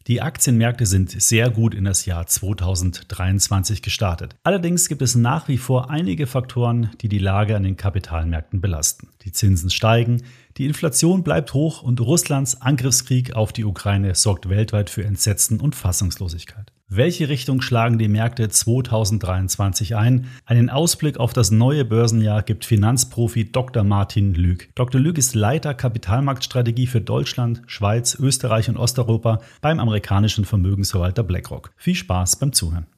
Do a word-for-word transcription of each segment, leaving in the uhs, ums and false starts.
Die Aktienmärkte sind sehr gut in das Jahr zweitausenddreiundzwanzig gestartet. Allerdings gibt es nach wie vor einige Faktoren, die die Lage an den Kapitalmärkten belasten. Die Zinsen steigen, die Inflation bleibt hoch und Russlands Angriffskrieg auf die Ukraine sorgt weltweit für Entsetzen und Fassungslosigkeit. Welche Richtung schlagen die Märkte zweitausenddreiundzwanzig ein? Einen Ausblick auf das neue Börsenjahr gibt Finanzprofi Doktor Martin Lüg. Doktor Lüg ist Leiter Kapitalmarktstrategie für Deutschland, Schweiz, Österreich und Osteuropa beim amerikanischen Vermögensverwalter BlackRock. Viel Spaß beim Zuhören.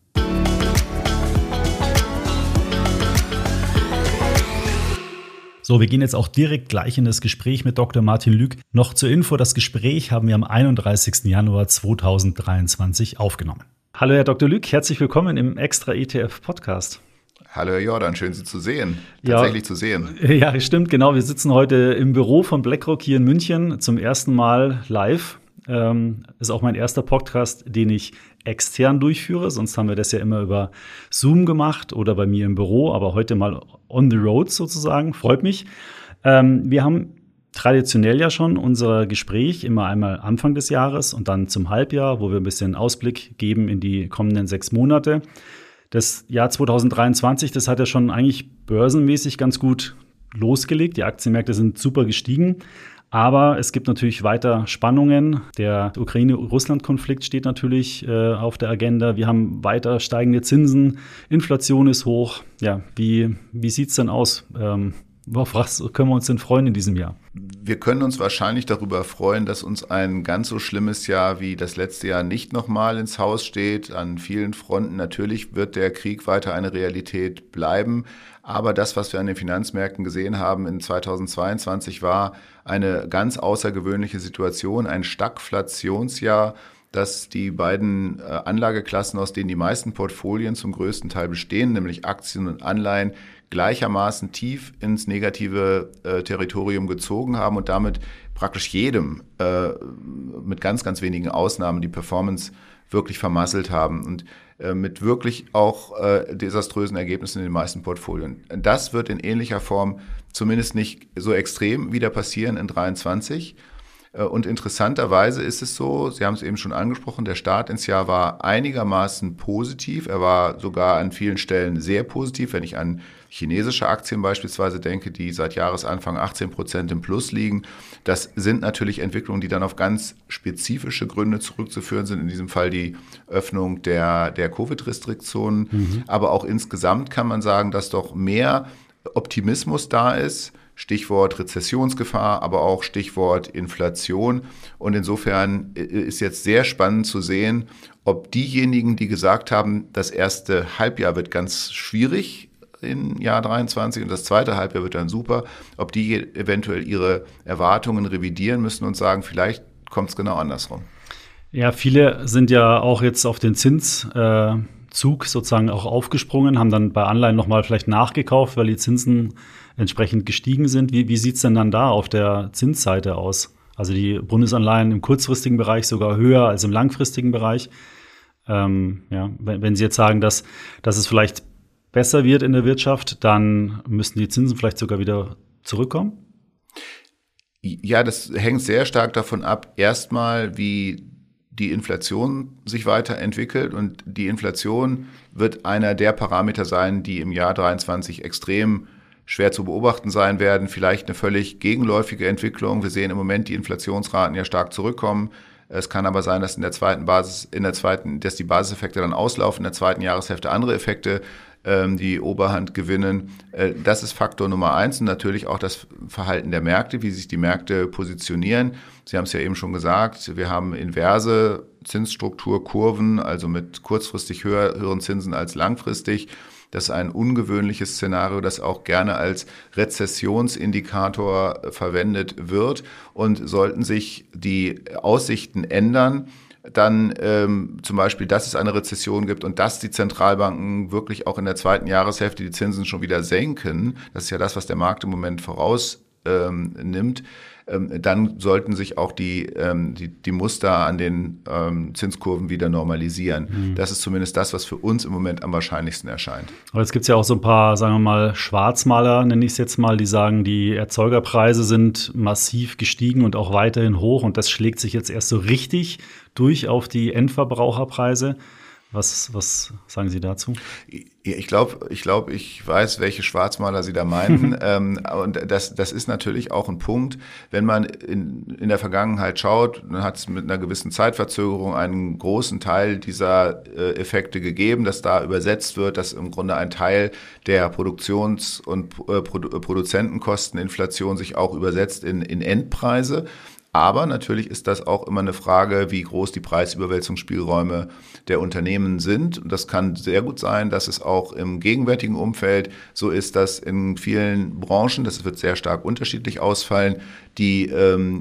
So, wir gehen jetzt auch direkt gleich in das Gespräch mit Doktor Martin Lüg. Noch zur Info, das Gespräch haben wir am einunddreißigsten Januar zweitausenddreiundzwanzig aufgenommen. Hallo Herr Doktor Lüg, herzlich willkommen im Extra E T F-Podcast. Hallo Herr Jordan, schön Sie zu sehen, tatsächlich ja, zu sehen. Ja, stimmt, genau. Wir sitzen heute im Büro von BlackRock hier in München zum ersten Mal live. Ähm, ist auch mein erster Podcast, den ich extern durchführe. Sonst haben wir das ja immer über Zoom gemacht oder bei mir im Büro, aber heute mal on the road sozusagen. Freut mich. Ähm, wir haben traditionell ja schon unser Gespräch immer einmal Anfang des Jahres und dann zum Halbjahr, wo wir ein bisschen Ausblick geben in die kommenden sechs Monate. Das Jahr zweitausenddreiundzwanzig, das hat ja schon eigentlich börsenmäßig ganz gut losgelegt. Die Aktienmärkte sind super gestiegen. Aber es gibt natürlich weiter Spannungen. Der Ukraine-Russland-Konflikt steht natürlich äh, auf der Agenda. Wir haben weiter steigende Zinsen. Inflation ist hoch. Ja, wie, wie sieht es denn aus? Ähm, auf was können wir uns denn freuen in diesem Jahr? Wir können uns wahrscheinlich darüber freuen, dass uns ein ganz so schlimmes Jahr wie das letzte Jahr nicht nochmal ins Haus steht. An vielen Fronten natürlich wird der Krieg weiter eine Realität bleiben. Aber das, was wir an den Finanzmärkten gesehen haben in zweitausendzweiundzwanzig, war eine ganz außergewöhnliche Situation, ein Stagflationsjahr, das die beiden Anlageklassen, aus denen die meisten Portfolien zum größten Teil bestehen, nämlich Aktien und Anleihen, gleichermaßen tief ins negative äh, Territorium gezogen haben und damit praktisch jedem, äh, mit ganz, ganz wenigen Ausnahmen, die Performance wirklich vermasselt haben und äh, mit wirklich auch äh, desaströsen Ergebnissen in den meisten Portfolien. Das wird in ähnlicher Form zumindest nicht so extrem wieder passieren in dreiundzwanzig. Und interessanterweise ist es so, Sie haben es eben schon angesprochen, der Start ins Jahr war einigermaßen positiv. Er war sogar an vielen Stellen sehr positiv, wenn ich an chinesische Aktien beispielsweise denke, die seit Jahresanfang achtzehn Prozent im Plus liegen. Das sind natürlich Entwicklungen, die dann auf ganz spezifische Gründe zurückzuführen sind. In diesem Fall die Öffnung der, der Covid-Restriktionen. Mhm. Aber auch insgesamt kann man sagen, dass doch mehr Optimismus da ist. Stichwort Rezessionsgefahr, aber auch Stichwort Inflation. Und insofern ist jetzt sehr spannend zu sehen, ob diejenigen, die gesagt haben, das erste Halbjahr wird ganz schwierig im Jahr dreiundzwanzig und das zweite Halbjahr wird dann super, ob die eventuell ihre Erwartungen revidieren müssen und sagen, vielleicht kommt es genau andersrum. Ja, viele sind ja auch jetzt auf den Zinszug äh, sozusagen auch aufgesprungen, haben dann bei Anleihen nochmal vielleicht nachgekauft, weil die Zinsen entsprechend gestiegen sind. Wie, wie sieht es denn dann da auf der Zinsseite aus? Also die Bundesanleihen im kurzfristigen Bereich sogar höher als im langfristigen Bereich. Ähm, ja, wenn, wenn Sie jetzt sagen, dass, dass es vielleicht besser wird in der Wirtschaft, dann müssten die Zinsen vielleicht sogar wieder zurückkommen? Ja, das hängt sehr stark davon ab, erstmal, wie die Inflation sich weiterentwickelt. Und die Inflation wird einer der Parameter sein, die im Jahr dreiundzwanzig extrem schwer zu beobachten sein werden. Vielleicht eine völlig gegenläufige Entwicklung. Wir sehen im Moment die Inflationsraten ja stark zurückkommen. Es kann aber sein, dass in der zweiten Basis, in der zweiten, dass die Basiseffekte dann auslaufen, in der zweiten Jahreshälfte andere Effekte ähm, die Oberhand gewinnen. Äh, das ist Faktor Nummer eins und natürlich auch das Verhalten der Märkte, wie sich die Märkte positionieren. Sie haben es ja eben schon gesagt, wir haben inverse Zinsstrukturkurven, also mit kurzfristig höher, höheren Zinsen als langfristig. Das ist ein ungewöhnliches Szenario, das auch gerne als Rezessionsindikator verwendet wird. Und sollten sich die Aussichten ändern, dann ähm, zum Beispiel, dass es eine Rezession gibt und dass die Zentralbanken wirklich auch in der zweiten Jahreshälfte die Zinsen schon wieder senken, das ist ja das, was der Markt im Moment vorausnimmt, ähm, ähm, dann sollten sich auch die, ähm, die, die Muster an den ähm, Zinskurven wieder normalisieren. Mhm. Das ist zumindest das, was für uns im Moment am wahrscheinlichsten erscheint. Aber jetzt gibt es ja auch so ein paar, sagen wir mal, Schwarzmaler, nenne ich es jetzt mal, die sagen, die Erzeugerpreise sind massiv gestiegen und auch weiterhin hoch und das schlägt sich jetzt erst so richtig durch auf die Endverbraucherpreise. Was, was sagen Sie dazu? Ich glaube, ich glaube, ich weiß, welche Schwarzmaler Sie da meinen. ähm, und das, das ist natürlich auch ein Punkt, wenn man in, in der Vergangenheit schaut, dann hat es mit einer gewissen Zeitverzögerung einen großen Teil dieser äh, Effekte gegeben, dass da übersetzt wird, dass im Grunde ein Teil der Produktions- und äh, Produ- Produzentenkosteninflation sich auch übersetzt in, in Endpreise. Aber natürlich ist das auch immer eine Frage, wie groß die Preisüberwälzungsspielräume der Unternehmen sind. Und das kann sehr gut sein, dass es auch im gegenwärtigen Umfeld so ist, dass in vielen Branchen, das wird sehr stark unterschiedlich ausfallen, die ähm,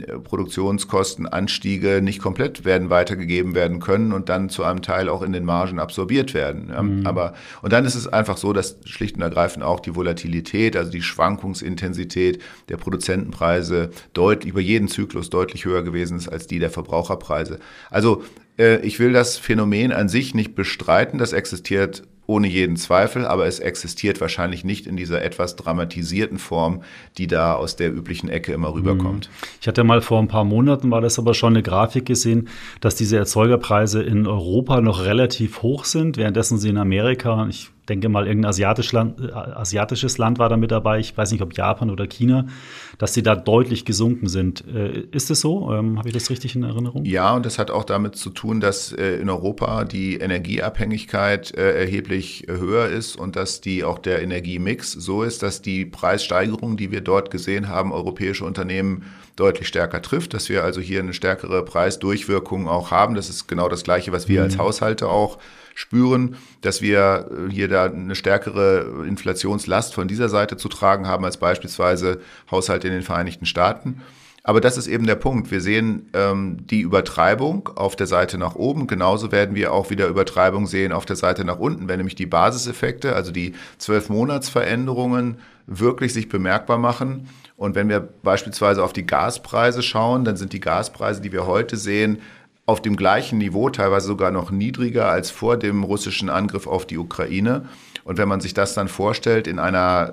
Produktionskostenanstiege nicht komplett werden weitergegeben werden können und dann zu einem Teil auch in den Margen absorbiert werden. Ja. Mhm. Aber, und dann ist es einfach so, dass schlicht und ergreifend auch die Volatilität, also die Schwankungsintensität der Produzentenpreise deutlich über jeden Zyklus deutlich höher gewesen ist als die der Verbraucherpreise. Also äh, ich will das Phänomen an sich nicht bestreiten, das existiert ohne jeden Zweifel, aber es existiert wahrscheinlich nicht in dieser etwas dramatisierten Form, die da aus der üblichen Ecke immer rüberkommt. Ich hatte mal vor ein paar Monaten, war das aber schon eine Grafik gesehen, dass diese Erzeugerpreise in Europa noch relativ hoch sind, währenddessen sie in Amerika, ich denke mal, irgendein asiatisch Land, äh, asiatisches Land war da mit dabei, ich weiß nicht, ob Japan oder China, dass sie da deutlich gesunken sind. Äh, ist es so? Ähm, habe ich das richtig in Erinnerung? Ja, und das hat auch damit zu tun, dass äh, in Europa die Energieabhängigkeit äh, erheblich höher ist und dass die auch der Energiemix so ist, dass die Preissteigerung, die wir dort gesehen haben, europäische Unternehmen deutlich stärker trifft, dass wir also hier eine stärkere Preisdurchwirkung auch haben. Das ist genau das Gleiche, was wir mhm. als Haushalte auch spüren, dass wir hier da eine stärkere Inflationslast von dieser Seite zu tragen haben als beispielsweise Haushalte in den Vereinigten Staaten. Aber das ist eben der Punkt. Wir sehen ähm, die Übertreibung auf der Seite nach oben. Genauso werden wir auch wieder Übertreibung sehen auf der Seite nach unten, wenn nämlich die Basiseffekte, also die zwölf-Monats-Veränderungen wirklich sich bemerkbar machen. Und wenn wir beispielsweise auf die Gaspreise schauen, dann sind die Gaspreise, die wir heute sehen, auf dem gleichen Niveau, teilweise sogar noch niedriger als vor dem russischen Angriff auf die Ukraine. Und wenn man sich das dann vorstellt in einer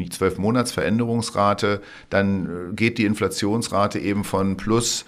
zwölf-Monats-Veränderungsrate, dann geht die Inflationsrate eben von plus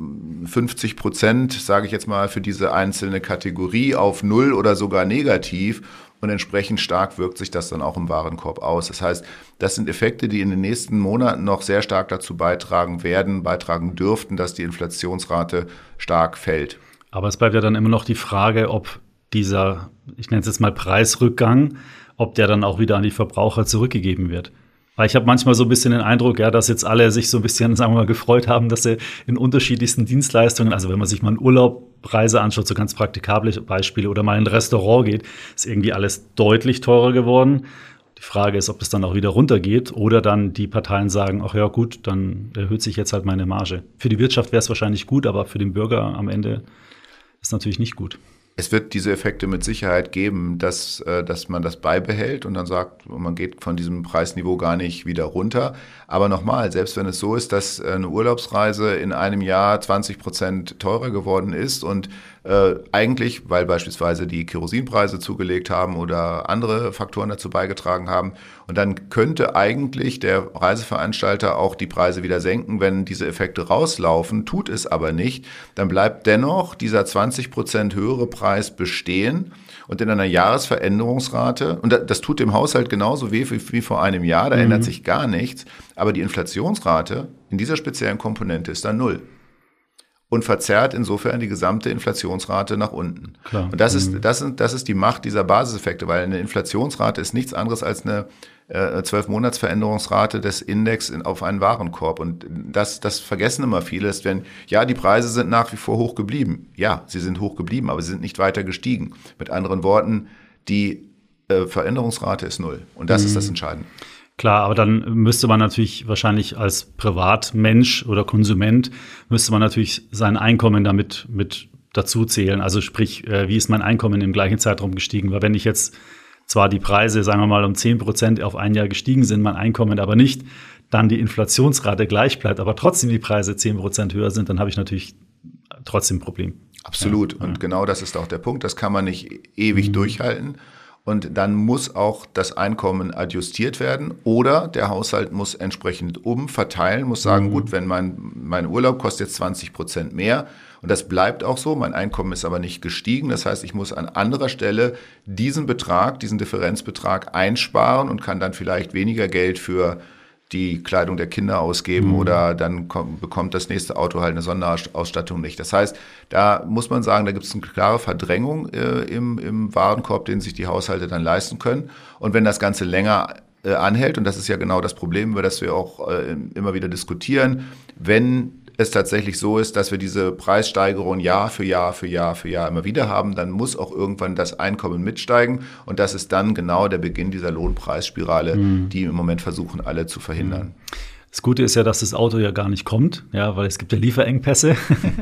fünfzig Prozent, sage ich jetzt mal, für diese einzelne Kategorie auf null oder sogar negativ. Und entsprechend stark wirkt sich das dann auch im Warenkorb aus. Das heißt, das sind Effekte, die in den nächsten Monaten noch sehr stark dazu beitragen werden, beitragen dürften, dass die Inflationsrate stark fällt. Aber es bleibt ja dann immer noch die Frage, ob dieser, ich nenne es jetzt mal Preisrückgang, ob der dann auch wieder an die Verbraucher zurückgegeben wird. Weil ich habe manchmal so ein bisschen den Eindruck, ja, dass jetzt alle sich so ein bisschen, sagen wir mal, gefreut haben, dass sie in unterschiedlichsten Dienstleistungen, also wenn man sich mal einen Urlaubpreise anschaut, so ganz praktikable Beispiele, oder mal in ein Restaurant geht, ist irgendwie alles deutlich teurer geworden. Die Frage ist, ob das dann auch wieder runtergeht oder dann die Parteien sagen, ach ja gut, dann erhöht sich jetzt halt meine Marge. Für die Wirtschaft wäre es wahrscheinlich gut, aber für den Bürger am Ende ist es natürlich nicht gut. Es wird diese Effekte mit Sicherheit geben, dass, dass man das beibehält und dann sagt, man geht von diesem Preisniveau gar nicht wieder runter. Aber nochmal, selbst wenn es so ist, dass eine Urlaubsreise in einem Jahr zwanzig Prozent teurer geworden ist und äh, eigentlich, weil beispielsweise die Kerosinpreise zugelegt haben oder andere Faktoren dazu beigetragen haben, und dann könnte eigentlich der Reiseveranstalter auch die Preise wieder senken, wenn diese Effekte rauslaufen, tut es aber nicht. Dann bleibt dennoch dieser zwanzig Prozent höhere Preis bestehen und in einer Jahresveränderungsrate, und das tut dem Haushalt genauso weh wie, wie vor einem Jahr, da mhm. ändert sich gar nichts, aber die Inflationsrate in dieser speziellen Komponente ist dann null. Und verzerrt insofern die gesamte Inflationsrate nach unten. Klar. Und das ist, das ist, das ist die Macht dieser Basiseffekte, weil eine Inflationsrate ist nichts anderes als eine äh, zwölf-Monats-Veränderungsrate des Index in, auf einen Warenkorb. Und das, das vergessen immer viele, ist, wenn, ja, die Preise sind nach wie vor hoch geblieben. Ja, sie sind hoch geblieben, aber sie sind nicht weiter gestiegen. Mit anderen Worten, die äh, Veränderungsrate ist null. Und das mhm. ist das Entscheidende. Klar, aber dann müsste man natürlich wahrscheinlich als Privatmensch oder Konsument müsste man natürlich sein Einkommen damit mit dazu zählen. Also sprich, wie ist mein Einkommen im gleichen Zeitraum gestiegen? Weil wenn ich jetzt zwar die Preise, sagen wir mal, um zehn Prozent auf ein Jahr gestiegen sind, mein Einkommen aber nicht, dann die Inflationsrate gleich bleibt, aber trotzdem die Preise zehn Prozent höher sind, dann habe ich natürlich trotzdem ein Problem. Absolut. Ja, und ja. genau das ist auch der Punkt. Das kann man nicht ewig mhm. durchhalten. Und dann muss auch das Einkommen adjustiert werden oder der Haushalt muss entsprechend umverteilen, muss sagen, mhm. gut, wenn mein, mein Urlaub kostet jetzt zwanzig Prozent mehr Und das bleibt auch so. Mein Einkommen ist aber nicht gestiegen. Das heißt, ich muss an anderer Stelle diesen Betrag, diesen Differenzbetrag einsparen und kann dann vielleicht weniger Geld für die Kleidung der Kinder ausgeben mhm. oder dann kommt, bekommt das nächste Auto halt eine Sonderausstattung nicht. Das heißt, da muss man sagen, da gibt es eine klare Verdrängung äh, im, im Warenkorb, den sich die Haushalte dann leisten können. Und wenn das Ganze länger äh, anhält, und das ist ja genau das Problem, über das wir auch äh, immer wieder diskutieren, wenn es tatsächlich so ist, dass wir diese Preissteigerung Jahr für Jahr für Jahr für Jahr immer wieder haben, dann muss auch irgendwann das Einkommen mitsteigen. Und das ist dann genau der Beginn dieser Lohnpreisspirale, mhm. die im Moment versuchen, alle zu verhindern. Das Gute ist ja, dass das Auto ja gar nicht kommt, ja, weil es gibt ja Lieferengpässe.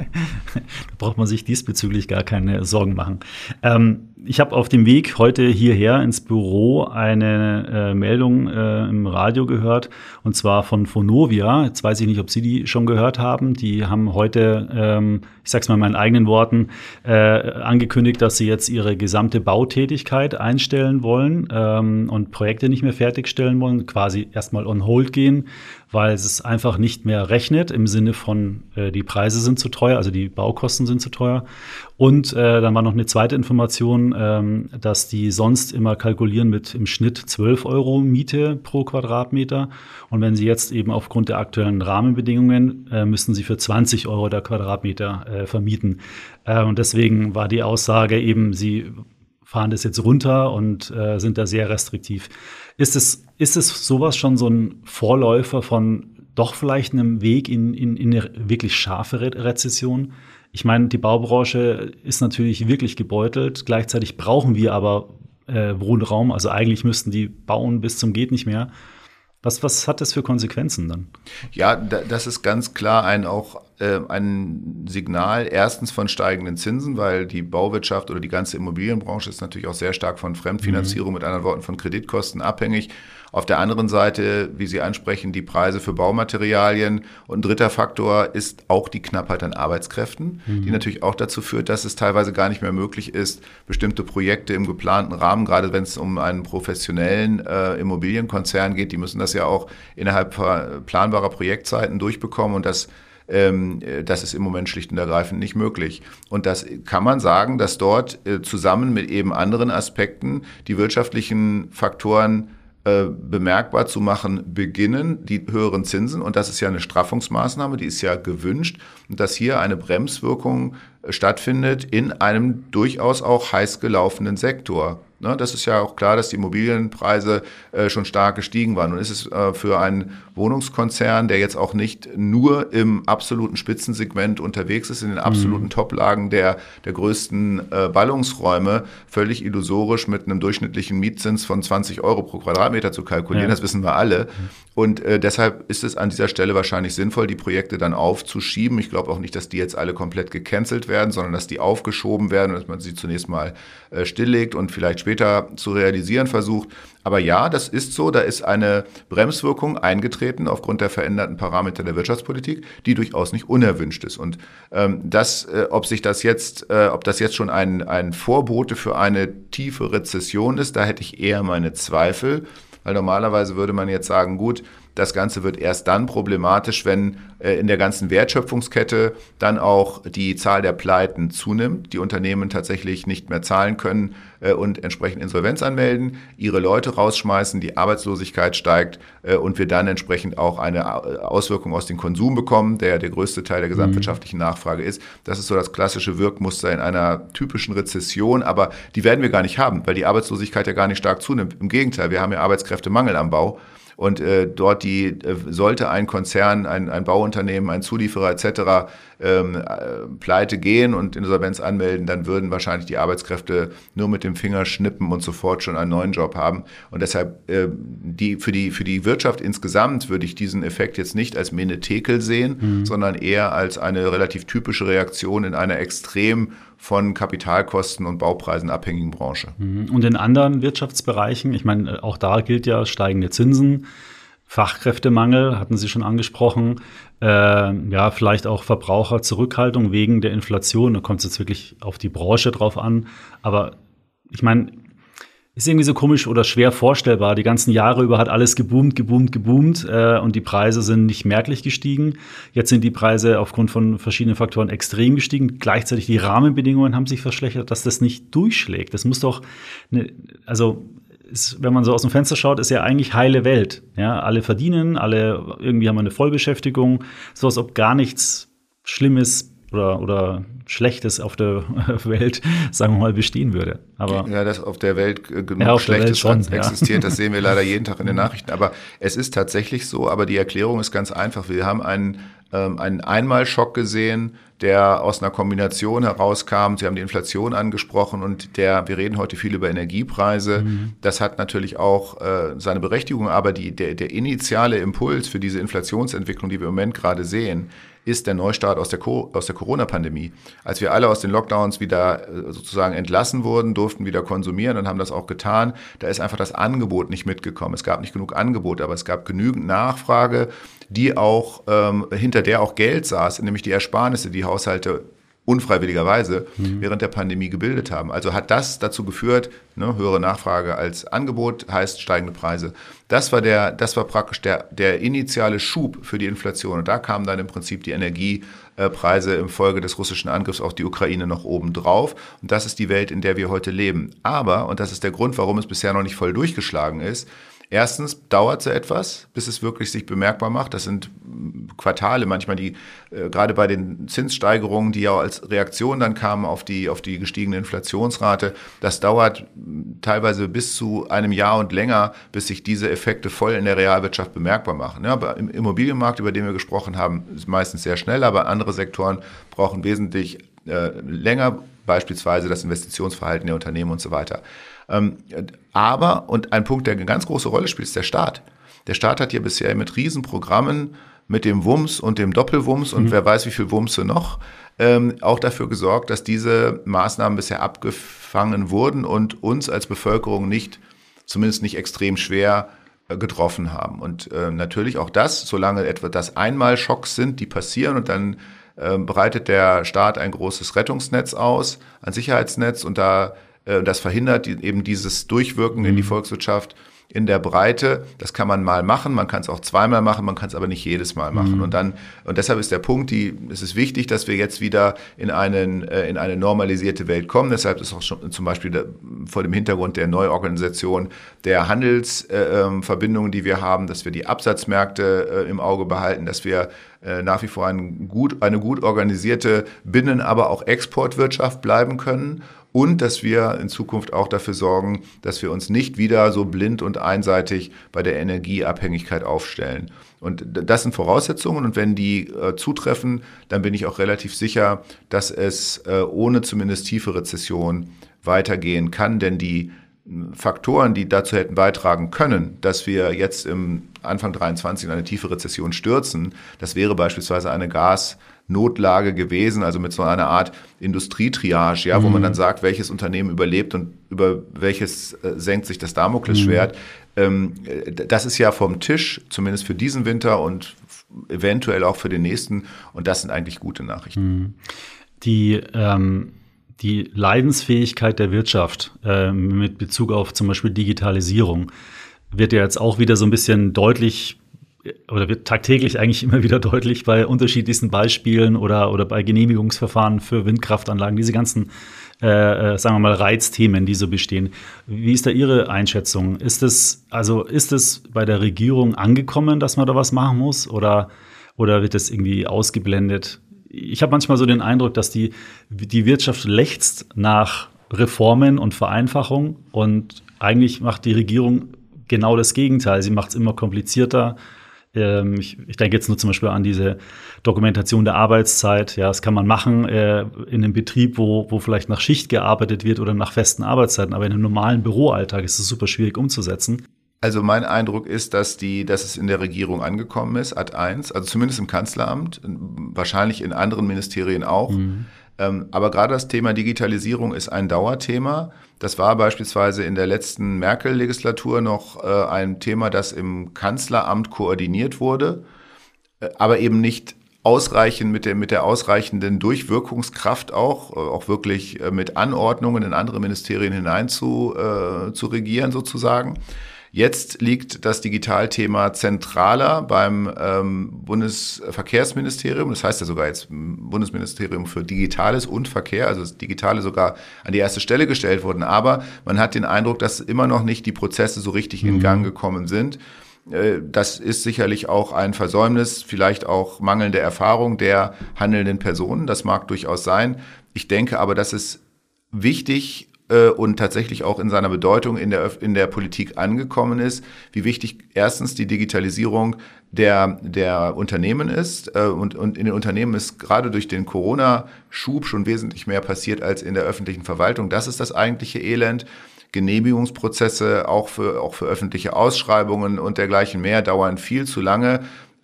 Da braucht man sich diesbezüglich gar keine Sorgen machen. Ähm, ich habe auf dem Weg heute hierher ins Büro eine äh, Meldung äh, im Radio gehört, und zwar von Vonovia. Jetzt weiß ich nicht, ob Sie die schon gehört haben. Die haben heute, ähm, ich sag's mal in meinen eigenen Worten, äh, angekündigt, dass sie jetzt ihre gesamte Bautätigkeit einstellen wollen ähm, und Projekte nicht mehr fertigstellen wollen, quasi erstmal on hold gehen, weil es einfach nicht mehr rechnet im Sinne von, äh, die Preise sind zu teuer, also die Baukosten sind zu teuer. Und äh, dann war noch eine zweite Information, ähm, dass die sonst immer kalkulieren mit im Schnitt zwölf Euro Miete pro Quadratmeter. Und wenn sie jetzt eben aufgrund der aktuellen Rahmenbedingungen, äh, müssten sie für zwanzig Euro der Quadratmeter äh, vermieten. Äh, und deswegen war die Aussage eben, sie fahren das jetzt runter und äh, sind da sehr restriktiv. Ist es, ist es sowas schon so ein Vorläufer von doch vielleicht einem Weg in, in, in eine wirklich scharfe Re- Rezession? Ich meine, die Baubranche ist natürlich wirklich gebeutelt. Gleichzeitig brauchen wir aber äh, Wohnraum. Also eigentlich müssten die bauen bis zum geht nicht mehr. Was, was hat das für Konsequenzen dann? Ja, da, das ist ganz klar ein auch äh, ein Signal erstens von steigenden Zinsen, weil die Bauwirtschaft oder die ganze Immobilienbranche ist natürlich auch sehr stark von Fremdfinanzierung, mhm. mit anderen Worten von Kreditkosten abhängig. Auf der anderen Seite, wie Sie ansprechen, die Preise für Baumaterialien. Und ein dritter Faktor ist auch die Knappheit an Arbeitskräften, mhm. die natürlich auch dazu führt, dass es teilweise gar nicht mehr möglich ist, bestimmte Projekte im geplanten Rahmen, gerade wenn es um einen professionellen äh, Immobilienkonzern geht, die müssen das ja auch innerhalb planbarer Projektzeiten durchbekommen, und das Ähm, das ist im Moment schlicht und ergreifend nicht möglich. Und das kann man sagen, dass dort äh, zusammen mit eben anderen Aspekten die wirtschaftlichen Faktoren äh, bemerkbar zu machen beginnen, die höheren Zinsen. Und das ist ja eine Straffungsmaßnahme, die ist ja gewünscht. Und dass hier eine Bremswirkung äh, stattfindet in einem durchaus auch heiß gelaufenen Sektor. Ne, das ist ja auch klar, dass die Immobilienpreise äh, schon stark gestiegen waren. Und es ist äh, für einen Wohnungskonzern, der jetzt auch nicht nur im absoluten Spitzensegment unterwegs ist, in den absoluten mhm. Toplagen der, der größten äh, Ballungsräume, völlig illusorisch mit einem durchschnittlichen Mietzins von zwanzig Euro pro Quadratmeter zu kalkulieren. Ja. Das wissen wir alle. Und äh, deshalb ist es an dieser Stelle wahrscheinlich sinnvoll, die Projekte dann aufzuschieben. Ich glaube auch nicht, dass die jetzt alle komplett gecancelt werden, sondern dass die aufgeschoben werden und dass man sie zunächst mal äh, stilllegt und vielleicht später zu realisieren versucht. Aber ja, das ist so, da ist eine Bremswirkung eingetreten aufgrund der veränderten Parameter der Wirtschaftspolitik, die durchaus nicht unerwünscht ist. Und ähm, das, äh, ob sich das jetzt, äh, ob das jetzt schon ein, ein Vorbote für eine tiefe Rezession ist, da hätte ich eher meine Zweifel. Weil normalerweise würde man jetzt sagen, gut, das Ganze wird erst dann problematisch, wenn äh, in der ganzen Wertschöpfungskette dann auch die Zahl der Pleiten zunimmt, die Unternehmen tatsächlich nicht mehr zahlen können äh, und entsprechend Insolvenz anmelden, ihre Leute rausschmeißen, die Arbeitslosigkeit steigt äh, und wir dann entsprechend auch eine Auswirkung aus dem Konsum bekommen, der der größte Teil der gesamtwirtschaftlichen Nachfrage ist. Das ist so das klassische Wirkmuster in einer typischen Rezession, aber die werden wir gar nicht haben, weil die Arbeitslosigkeit ja gar nicht stark zunimmt. Im Gegenteil, wir haben ja Arbeitskräftemangel am Bau. Und äh, dort die äh, sollte ein Konzern, ein, ein Bauunternehmen, ein Zulieferer et cetera ähm, äh, pleite gehen und Insolvenz anmelden, dann würden wahrscheinlich die Arbeitskräfte nur mit dem Finger schnippen und sofort schon einen neuen Job haben. Und deshalb äh, die für die für die Wirtschaft insgesamt würde ich diesen Effekt jetzt nicht als Menetekel sehen, mhm. sondern eher als eine relativ typische Reaktion in einer extrem von Kapitalkosten und Baupreisen abhängigen Branche. Und in anderen Wirtschaftsbereichen, ich meine, auch da gilt ja steigende Zinsen, Fachkräftemangel, hatten Sie schon angesprochen, äh, ja, vielleicht auch Verbraucherzurückhaltung wegen der Inflation, da kommt es jetzt wirklich auf die Branche drauf an, aber ich meine, Ist irgendwie so komisch oder schwer vorstellbar. Die ganzen Jahre über hat alles geboomt, geboomt, geboomt äh, und die Preise sind nicht merklich gestiegen. Jetzt sind die Preise aufgrund von verschiedenen Faktoren extrem gestiegen. Gleichzeitig die Rahmenbedingungen haben sich verschlechtert, dass das nicht durchschlägt. Das muss doch, eine, also ist, wenn man so aus dem Fenster schaut, ist ja eigentlich heile Welt. Ja, alle verdienen, alle irgendwie haben eine Vollbeschäftigung, so als ob gar nichts Schlimmes oder, oder Schlechtes auf der Welt, sagen wir mal, bestehen würde. Aber ja, dass auf der Welt genug ja, Schlechtes schon, existiert, ja. Das sehen wir leider jeden Tag in den Nachrichten. Aber es ist tatsächlich so, aber die Erklärung ist ganz einfach. Wir haben einen, ähm, einen Einmalschock gesehen, der aus einer Kombination herauskam. Sie haben die Inflation angesprochen und der, wir reden heute viel über Energiepreise. Mhm. Das hat natürlich auch äh, seine Berechtigung, aber die, der, der initiale Impuls für diese Inflationsentwicklung, die wir im Moment gerade sehen, ist der Neustart aus der, Co- aus der Corona-Pandemie. Als wir alle aus den Lockdowns wieder äh, sozusagen entlassen wurden, durften wieder konsumieren und haben das auch getan, da ist einfach das Angebot nicht mitgekommen. Es gab nicht genug Angebot, aber es gab genügend Nachfrage, die auch, ähm, hinter der auch Geld saß, nämlich die Ersparnisse, die Haushalte unfreiwilligerweise mhm. während der Pandemie gebildet haben. Also hat das dazu geführt, ne, höhere Nachfrage als Angebot heißt steigende Preise. Das war der, das war praktisch der, der initiale Schub für die Inflation. Und da kamen dann im Prinzip die Energiepreise im Folge des russischen Angriffs auf die Ukraine noch oben drauf. Und das ist die Welt, in der wir heute leben. Aber, und das ist der Grund, warum es bisher noch nicht voll durchgeschlagen ist, erstens dauert es etwas, bis es wirklich sich bemerkbar macht. Das sind Quartale, manchmal die, äh, gerade bei den Zinssteigerungen, die ja als Reaktion dann kamen auf die, auf die gestiegene Inflationsrate. Das dauert teilweise bis zu einem Jahr und länger, bis sich diese Effekte voll in der Realwirtschaft bemerkbar machen. Ja, aber im Immobilienmarkt, über den wir gesprochen haben, ist meistens sehr schnell, aber andere Sektoren brauchen wesentlich äh, länger, beispielsweise das Investitionsverhalten der Unternehmen und so weiter. Aber, und ein Punkt, der eine ganz große Rolle spielt, ist der Staat. Der Staat hat ja bisher mit Riesenprogrammen, mit dem Wumms und dem Doppelwumms und mhm. wer weiß wie viel Wumse noch, ähm, auch dafür gesorgt, dass diese Maßnahmen bisher abgefangen wurden und uns als Bevölkerung nicht, zumindest nicht extrem schwer äh, getroffen haben. Und äh, natürlich auch das, solange etwa das Einmalschocks sind, die passieren und dann äh, bereitet der Staat ein großes Rettungsnetz aus, ein Sicherheitsnetz und da das verhindert eben dieses Durchwirken in die Volkswirtschaft in der Breite. Das kann man mal machen, man kann es auch zweimal machen, man kann es aber nicht jedes Mal machen. Mhm. Und dann, und deshalb ist der Punkt, die, es ist wichtig, dass wir jetzt wieder in einen, in eine normalisierte Welt kommen. Deshalb ist auch schon zum Beispiel der, vor dem Hintergrund der Neuorganisation der Handelsverbindungen, äh, die wir haben, dass wir die Absatzmärkte äh, im Auge behalten, dass wir äh, nach wie vor ein gut, eine gut organisierte Binnen-, aber auch Exportwirtschaft bleiben können. Und dass wir in Zukunft auch dafür sorgen, dass wir uns nicht wieder so blind und einseitig bei der Energieabhängigkeit aufstellen. Und das sind Voraussetzungen. Und wenn die äh, zutreffen, dann bin ich auch relativ sicher, dass es äh, ohne zumindest tiefe Rezession weitergehen kann. Denn die Faktoren, die dazu hätten beitragen können, dass wir jetzt im Anfang dreiundzwanzig in eine tiefe Rezession stürzen, das wäre beispielsweise eine Gasnotlage gewesen, also mit so einer Art Industrietriage, ja, wo mhm. man dann sagt, welches Unternehmen überlebt und über welches äh, senkt sich das Damoklesschwert. Mhm. Ähm, das ist ja vom Tisch, zumindest für diesen Winter und eventuell auch für den nächsten. Und das sind eigentlich gute Nachrichten. Mhm. Die ähm Die Leidensfähigkeit der Wirtschaft äh, mit Bezug auf zum Beispiel Digitalisierung wird ja jetzt auch wieder so ein bisschen deutlich oder wird tagtäglich eigentlich immer wieder deutlich bei unterschiedlichsten Beispielen oder, oder bei Genehmigungsverfahren für Windkraftanlagen, diese ganzen, äh, sagen wir mal, Reizthemen, die so bestehen. Wie ist da Ihre Einschätzung? Ist es, also ist es bei der Regierung angekommen, dass man da was machen muss oder, oder wird das irgendwie ausgeblendet? Ich habe manchmal so den Eindruck, dass die, die Wirtschaft lechzt nach Reformen und Vereinfachung und eigentlich macht die Regierung genau das Gegenteil. Sie macht es immer komplizierter. Ähm, ich, ich denke jetzt nur zum Beispiel an diese Dokumentation der Arbeitszeit. Ja, das kann man machen äh, in einem Betrieb, wo, wo vielleicht nach Schicht gearbeitet wird oder nach festen Arbeitszeiten. Aber in einem normalen Büroalltag ist es super schwierig umzusetzen. Also mein Eindruck ist, dass die, dass es in der Regierung angekommen ist, Ad eins, also zumindest im Kanzleramt, wahrscheinlich in anderen Ministerien auch. Mhm. Ähm, aber gerade das Thema Digitalisierung ist ein Dauerthema. Das war beispielsweise in der letzten Merkel-Legislatur noch äh, ein Thema, das im Kanzleramt koordiniert wurde, äh, aber eben nicht ausreichend, mit der, mit der ausreichenden Durchwirkungskraft auch, auch wirklich mit Anordnungen in andere Ministerien hinein zu, äh, zu regieren sozusagen. Jetzt liegt das Digitalthema zentraler beim ähm, Bundesverkehrsministerium. Das heißt ja sogar jetzt Bundesministerium für Digitales und Verkehr, also das Digitale sogar an die erste Stelle gestellt worden. Aber man hat den Eindruck, dass immer noch nicht die Prozesse so richtig in Gang gekommen sind. Das ist sicherlich auch ein Versäumnis, vielleicht auch mangelnde Erfahrung der handelnden Personen. Das mag durchaus sein. Ich denke aber, dass es wichtig und tatsächlich auch in seiner Bedeutung in der, in der Politik angekommen ist, wie wichtig erstens die Digitalisierung der, der Unternehmen ist. Und, und in den Unternehmen ist gerade durch den Corona-Schub schon wesentlich mehr passiert als in der öffentlichen Verwaltung. Das ist das eigentliche Elend. Genehmigungsprozesse, auch für, auch für öffentliche Ausschreibungen und dergleichen mehr, dauern viel zu lange.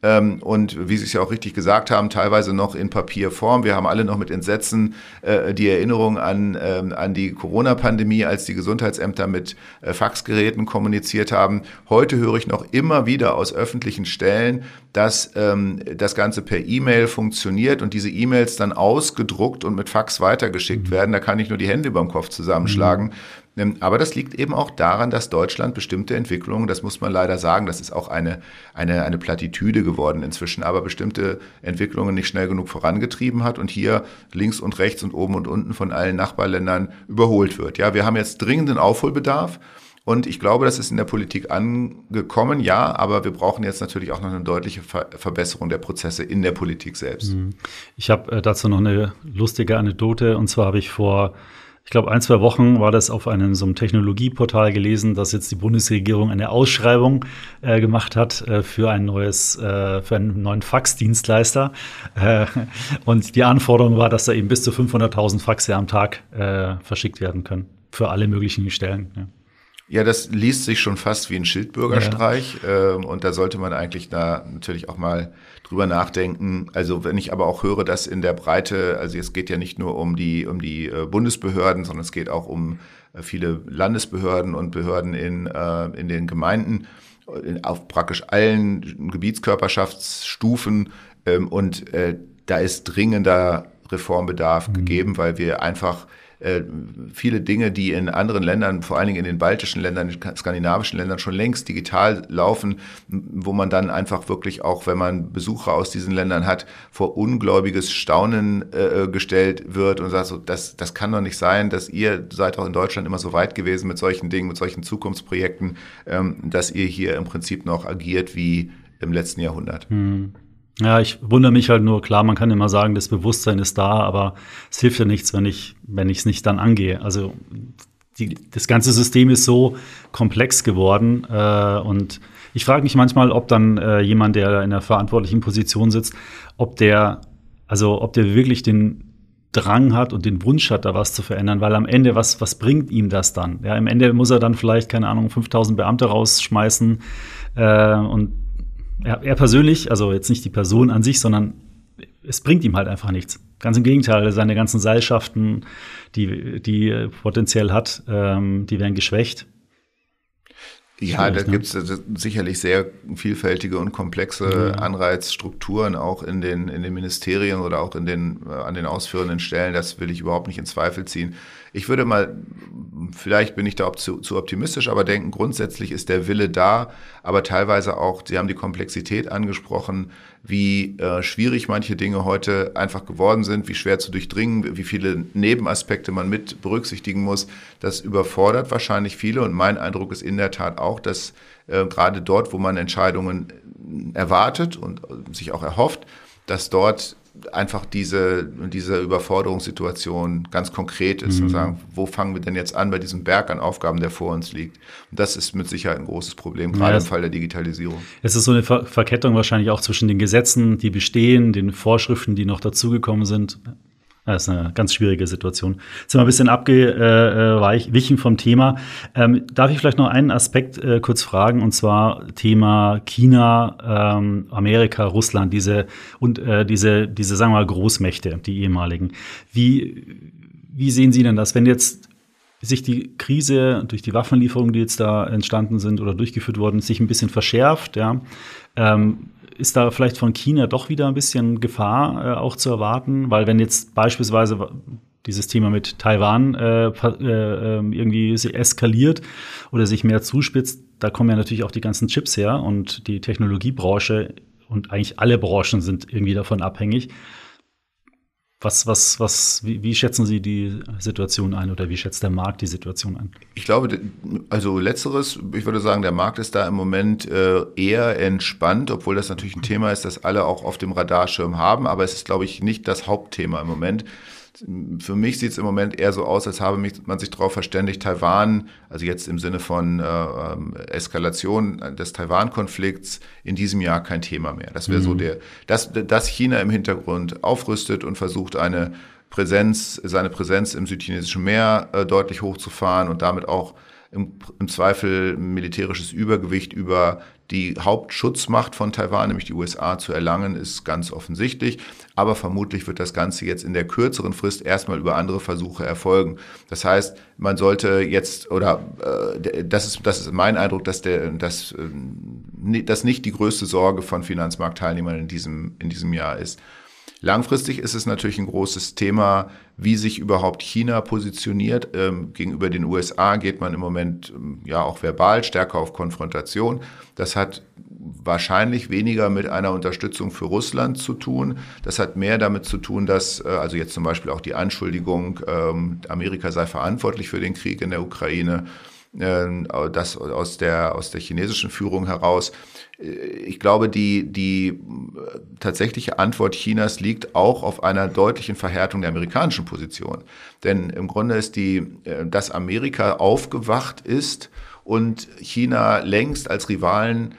Und wie Sie es ja auch richtig gesagt haben, teilweise noch in Papierform. Wir haben alle noch mit Entsetzen äh, die Erinnerung an, ähm, an die Corona-Pandemie, als die Gesundheitsämter mit äh, Faxgeräten kommuniziert haben. Heute höre ich noch immer wieder aus öffentlichen Stellen, dass ähm, das Ganze per E-Mail funktioniert und diese E-Mails dann ausgedruckt und mit Fax weitergeschickt werden. Da kann ich nur die Hände über dem Kopf zusammenschlagen. Mhm. Aber das liegt eben auch daran, dass Deutschland bestimmte Entwicklungen, das muss man leider sagen, das ist auch eine, eine, eine Plattitüde geworden inzwischen, aber bestimmte Entwicklungen nicht schnell genug vorangetrieben hat und hier links und rechts und oben und unten von allen Nachbarländern überholt wird. Ja, wir haben jetzt dringenden Aufholbedarf. Und ich glaube, das ist in der Politik angekommen, ja, aber wir brauchen jetzt natürlich auch noch eine deutliche Ver- Verbesserung der Prozesse in der Politik selbst. Ich habe dazu noch eine lustige Anekdote, und zwar habe ich vor Ich glaube, ein, zwei Wochen war das auf einem so einem Technologieportal gelesen, dass jetzt die Bundesregierung eine Ausschreibung äh, gemacht hat äh, für ein neues, äh, für einen neuen Faxdienstleister. Äh, und die Anforderung war, dass da eben bis zu fünfhunderttausend Faxe am Tag äh, verschickt werden können für alle möglichen Stellen. Ja. Ja, das liest sich schon fast wie ein Schildbürgerstreich. Ja. Und da sollte man eigentlich da natürlich auch mal drüber nachdenken. Also wenn ich aber auch höre, dass in der Breite, also es geht ja nicht nur um die, um die Bundesbehörden, sondern es geht auch um viele Landesbehörden und Behörden in, in den Gemeinden, auf praktisch allen Gebietskörperschaftsstufen. Und da ist dringender Reformbedarf mhm. gegeben, weil wir einfach viele Dinge, die in anderen Ländern, vor allen Dingen in den baltischen Ländern, in den skandinavischen Ländern schon längst digital laufen, wo man dann einfach wirklich auch, wenn man Besucher aus diesen Ländern hat, vor ungläubiges Staunen äh, gestellt wird und sagt so, das, das kann doch nicht sein, dass ihr seid auch in Deutschland immer so weit gewesen mit solchen Dingen, mit solchen Zukunftsprojekten, ähm, dass ihr hier im Prinzip noch agiert wie im letzten Jahrhundert. Hm. Ja, ich wundere mich halt nur, klar, man kann immer sagen, das Bewusstsein ist da, aber es hilft ja nichts, wenn ich wenn ich es nicht dann angehe. Also die, das ganze System ist so komplex geworden äh, und ich frage mich manchmal, ob dann äh, jemand, der in einer verantwortlichen Position sitzt, ob der also ob der wirklich den Drang hat und den Wunsch hat, da was zu verändern, weil am Ende, was was bringt ihm das dann? Ja, am Ende muss er dann vielleicht, keine Ahnung, fünftausend Beamte rausschmeißen äh, und Er, er persönlich, also jetzt nicht die Person an sich, sondern es bringt ihm halt einfach nichts. Ganz im Gegenteil, seine ganzen Seilschaften, die, die er potenziell hat, ähm, die werden geschwächt. Ja, da gibt es sicherlich sehr vielfältige und komplexe ja. Anreizstrukturen auch in den, in den Ministerien oder auch in den, äh, an den ausführenden Stellen. Das will ich überhaupt nicht in Zweifel ziehen. Ich würde mal, vielleicht bin ich da zu, zu optimistisch, aber denken, grundsätzlich ist der Wille da, aber teilweise auch, Sie haben die Komplexität angesprochen, wie äh, schwierig manche Dinge heute einfach geworden sind, wie schwer zu durchdringen, wie viele Nebenaspekte man mit berücksichtigen muss. Das überfordert wahrscheinlich viele und mein Eindruck ist in der Tat auch, dass äh, gerade dort, wo man Entscheidungen erwartet und äh, sich auch erhofft, dass dort einfach diese, diese Überforderungssituation ganz konkret ist mhm. und sagen, wo fangen wir denn jetzt an bei diesem Berg an Aufgaben, der vor uns liegt? Und das ist mit Sicherheit ein großes Problem, gerade ja, im Fall der Digitalisierung. Es ist so eine Ver- Verkettung wahrscheinlich auch zwischen den Gesetzen, die bestehen, den Vorschriften, die noch dazugekommen sind. Das ist eine ganz schwierige Situation. Jetzt sind wir ein bisschen abgewichen vom Thema. Ähm, darf ich vielleicht noch einen Aspekt äh, kurz fragen, und zwar Thema China, ähm, Amerika, Russland, diese und äh, diese, diese, sagen wir mal, Großmächte, die ehemaligen. Wie, wie sehen Sie denn das, wenn jetzt sich die Krise durch die Waffenlieferungen, die jetzt da entstanden sind oder durchgeführt wurden, sich ein bisschen verschärft, ja. Ähm, ist da vielleicht von China doch wieder ein bisschen Gefahr äh, auch zu erwarten? Weil wenn jetzt beispielsweise dieses Thema mit Taiwan äh, äh, irgendwie eskaliert oder sich mehr zuspitzt, da kommen ja natürlich auch die ganzen Chips her und die Technologiebranche und eigentlich alle Branchen sind irgendwie davon abhängig. Was, was, was, wie, wie schätzen Sie die Situation ein oder wie schätzt der Markt die Situation ein? Ich glaube, also letzteres, ich würde sagen, der Markt ist da im Moment äh, eher entspannt, obwohl das natürlich ein Thema ist, das alle auch auf dem Radarschirm haben, aber es ist, glaube ich, nicht das Hauptthema im Moment. Für mich sieht es im Moment eher so aus, als habe man sich darauf verständigt, Taiwan, also jetzt im Sinne von äh, Eskalation des Taiwan-Konflikts, in diesem Jahr kein Thema mehr. Das wäre mhm. so der, dass, dass China im Hintergrund aufrüstet und versucht, eine Präsenz, seine Präsenz im südchinesischen Meer äh, deutlich hochzufahren und damit auch im, im Zweifel militärisches Übergewicht über die Hauptschutzmacht von Taiwan, nämlich die U S A, zu erlangen, ist ganz offensichtlich. Aber vermutlich wird das Ganze jetzt in der kürzeren Frist erstmal über andere Versuche erfolgen. Das heißt, man sollte jetzt, oder äh, das ist, das ist mein Eindruck, dass der, dass, äh, das nicht die größte Sorge von Finanzmarktteilnehmern in diesem, in diesem Jahr ist. Langfristig ist es natürlich ein großes Thema, wie sich überhaupt China positioniert. Ähm, gegenüber den U S A geht man im Moment ähm, ja auch verbal stärker auf Konfrontation. Das hat wahrscheinlich weniger mit einer Unterstützung für Russland zu tun. Das hat mehr damit zu tun, dass, äh, also jetzt zum Beispiel auch die Anschuldigung, ähm, Amerika sei verantwortlich für den Krieg in der Ukraine, das aus der, aus der chinesischen Führung heraus. Ich glaube, die, die tatsächliche Antwort Chinas liegt auch auf einer deutlichen Verhärtung der amerikanischen Position. Denn im Grunde ist die, dass Amerika aufgewacht ist und China längst als Rivalen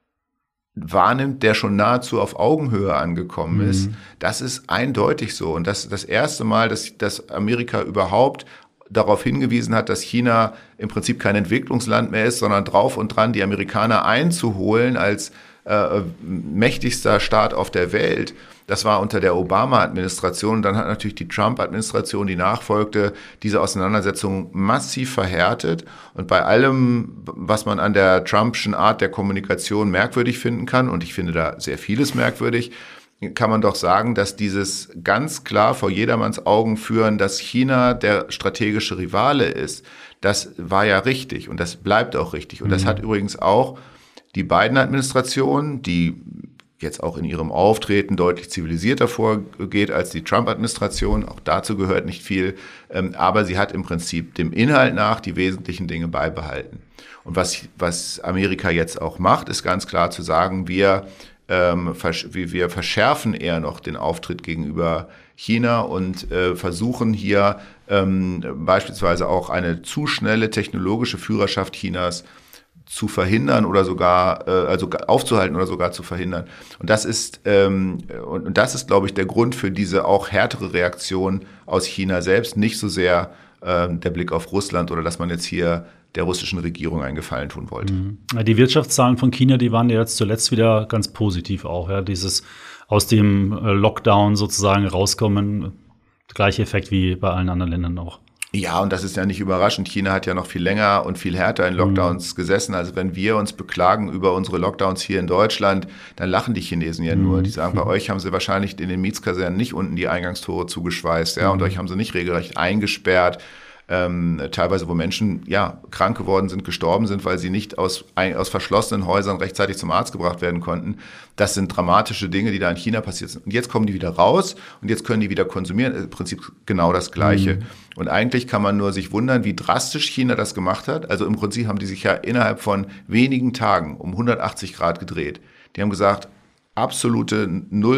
wahrnimmt, der schon nahezu auf Augenhöhe angekommen mhm. ist. Das ist eindeutig so. Und das das erste Mal, dass, dass Amerika überhaupt darauf hingewiesen hat, dass China im Prinzip kein Entwicklungsland mehr ist, sondern drauf und dran, die Amerikaner einzuholen als äh, mächtigster Staat auf der Welt. Das war unter der Obama-Administration. Dann hat natürlich die Trump-Administration, die nachfolgte, diese Auseinandersetzung massiv verhärtet. Und bei allem, was man an der Trumpschen Art der Kommunikation merkwürdig finden kann, und ich finde da sehr vieles merkwürdig, kann man doch sagen, dass dieses ganz klar vor jedermanns Augen führen, dass China der strategische Rivale ist, das war ja richtig und das bleibt auch richtig. Und das hat übrigens auch die Biden-Administration, die jetzt auch in ihrem Auftreten deutlich zivilisierter vorgeht als die Trump-Administration, auch dazu gehört nicht viel, aber sie hat im Prinzip dem Inhalt nach die wesentlichen Dinge beibehalten. Und was, was Amerika jetzt auch macht, ist ganz klar zu sagen, wir Ähm, wir verschärfen eher noch den Auftritt gegenüber China und äh, versuchen hier ähm, beispielsweise auch eine zu schnelle technologische Führerschaft Chinas zu verhindern oder sogar äh, also aufzuhalten oder sogar zu verhindern. Und das ist ähm, und, und das ist, glaube ich, der Grund für diese auch härtere Reaktion aus China selbst, nicht so sehr äh, der Blick auf Russland oder dass man jetzt hier der russischen Regierung einen Gefallen tun wollte. Die Wirtschaftszahlen von China, die waren ja jetzt zuletzt wieder ganz positiv auch. Ja, dieses aus dem Lockdown sozusagen rauskommen, gleicher Effekt wie bei allen anderen Ländern auch. Ja, und das ist ja nicht überraschend. China hat ja noch viel länger und viel härter in Lockdowns mhm. gesessen. Also wenn wir uns beklagen über unsere Lockdowns hier in Deutschland, dann lachen die Chinesen ja mhm. nur. Die sagen, bei euch haben sie wahrscheinlich in den Mietskasernen nicht unten die Eingangstore zugeschweißt, ja, mhm. und euch haben sie nicht regelrecht eingesperrt. Ähm, teilweise, wo Menschen ja krank geworden sind, gestorben sind, weil sie nicht aus, ein, aus verschlossenen Häusern rechtzeitig zum Arzt gebracht werden konnten. Das sind dramatische Dinge, die da in China passiert sind. Und jetzt kommen die wieder raus und jetzt können die wieder konsumieren. Im Prinzip genau das Gleiche. Mhm. Und eigentlich kann man nur sich wundern, wie drastisch China das gemacht hat. Also im Prinzip haben die sich ja innerhalb von wenigen Tagen um hundertachtzig Grad gedreht. Die haben gesagt, absolute